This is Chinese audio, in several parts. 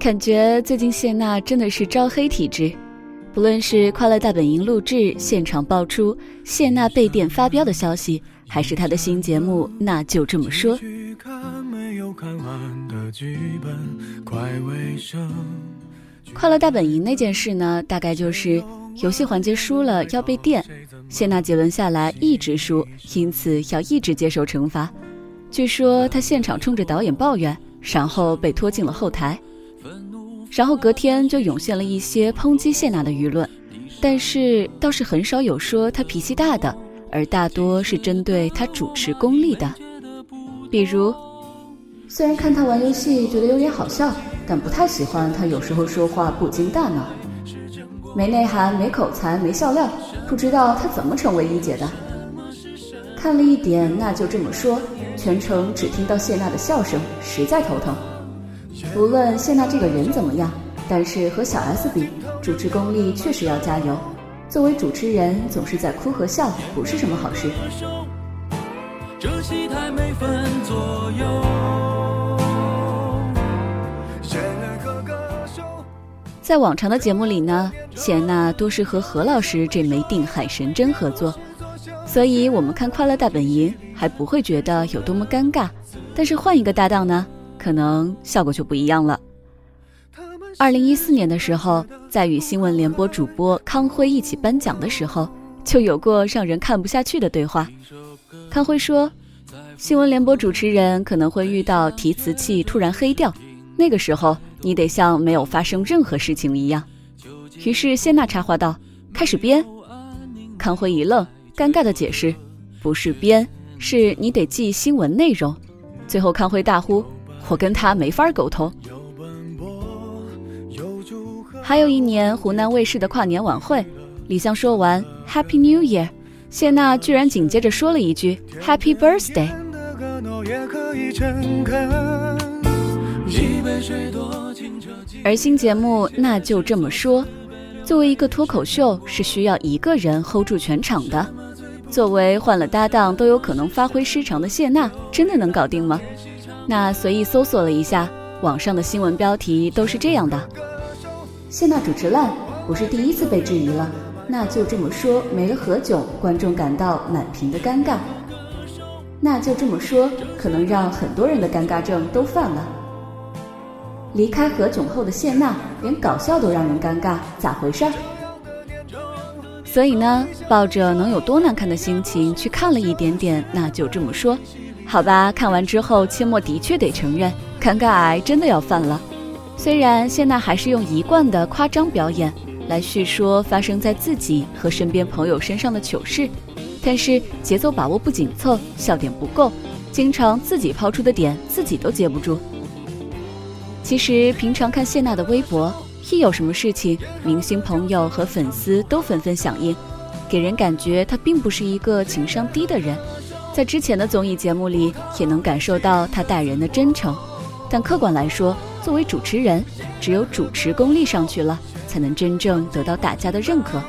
感觉最近谢娜真的是招黑体质，不论是快乐大本营录制现场爆出谢娜被电发飙的消息，还是她的新节目那就这么说，快乐大本营那件事呢，大概就是游戏环节输了要被电，谢娜几轮下来一直输，因此要一直接受惩罚。据说她现场冲着导演抱怨，然后被拖进了后台。然后隔天就涌现了一些抨击谢娜的舆论，但是倒是很少有说她脾气大的，而大多是针对她主持功力的。比如，虽然看她玩游戏觉得有点好笑，但不太喜欢她有时候说话不经大脑，没内涵，没口才，没笑料，不知道她怎么成为一姐的。看了一点那就这么说，全程只听到谢娜的笑声，实在头疼。无论谢娜这个人怎么样，但是和小 S 比，主持功力确实要加油。作为主持人，总是在哭和笑，不是什么好事。这戏台每分左右，在往常的节目里呢，谢娜多是和何老师这枚定海神针合作，所以我们看快乐大本营还不会觉得有多么尴尬，但是换一个搭档呢，可能效果就不一样了。2014年的时候，在与新闻联播主播康辉一起颁奖的时候，就有过让人看不下去的对话。康辉说，新闻联播主持人可能会遇到提词器突然黑掉，那个时候你得像没有发生任何事情一样。于是谢娜插话道，开始编。康辉一愣，尴尬地解释，不是编，是你得记新闻内容。最后康辉大呼，我跟他没法沟通。还有一年湖南卫视的跨年晚会，李湘说完 Happy New Year， 谢娜居然紧接着说了一句 Happy Birthday。 而新节目那就这么说，作为一个脱口秀是需要一个人 hold 住全场的，作为换了搭档都有可能发挥失常的谢娜，真的能搞定吗？那随意搜索了一下，网上的新闻标题都是这样的：谢娜主持烂，不是第一次被质疑了，那就这么说没了何炅，观众感到满屏的尴尬。那就这么说可能让很多人的尴尬症都犯了。离开何炅后的谢娜连搞笑都让人尴尬，咋回事？所以呢，抱着能有多难看的心情去看了一点点那就这么说。好吧，看完之后阡陌的确得承认，尴尬癌真的要犯了。虽然谢娜还是用一贯的夸张表演来叙说发生在自己和身边朋友身上的糗事，但是节奏把握不紧凑，笑点不够，经常自己抛出的点自己都接不住。其实平常看谢娜的微博，一有什么事情，明星朋友和粉丝都纷纷响应，给人感觉她并不是一个情商低的人。在之前的综艺节目里也能感受到她待人的真诚，但客观来说，作为主持人，只有主持功力上去了，才能真正得到大家的认可。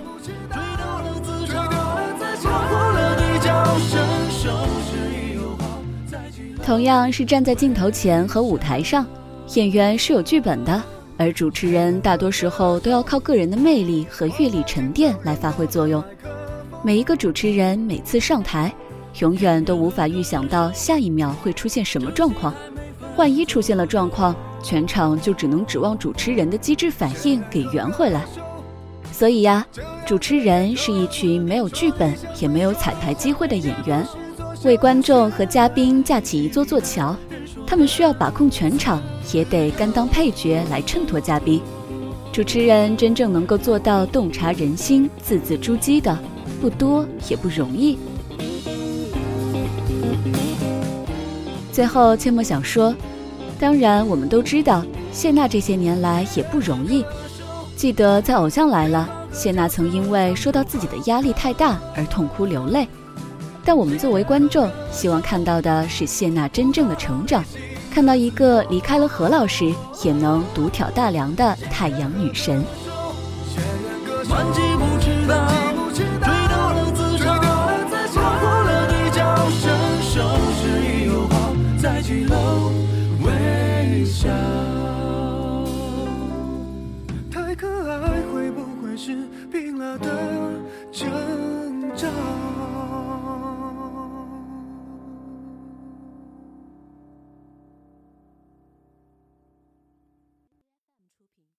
同样是站在镜头前和舞台上，演员是有剧本的，而主持人大多时候都要靠个人的魅力和阅历沉淀来发挥作用。每一个主持人每次上台，永远都无法预想到下一秒会出现什么状况，万一出现了状况，全场就只能指望主持人的机智反应给圆回来。所以呀，主持人是一群没有剧本也没有彩排机会的演员，为观众和嘉宾架起一座座桥，他们需要把控全场，也得甘当配角来衬托嘉宾。主持人真正能够做到洞察人心、字字珠玑的，不多也不容易。最后阡陌想说，当然我们都知道谢娜这些年来也不容易，记得在《偶像来了》，谢娜曾因为说到自己的压力太大而痛哭流泪，但我们作为观众希望看到的是谢娜真正的成长，看到一个离开了何老师也能独挑大梁的太阳女神。在几楼微笑。 拼了的挣扎。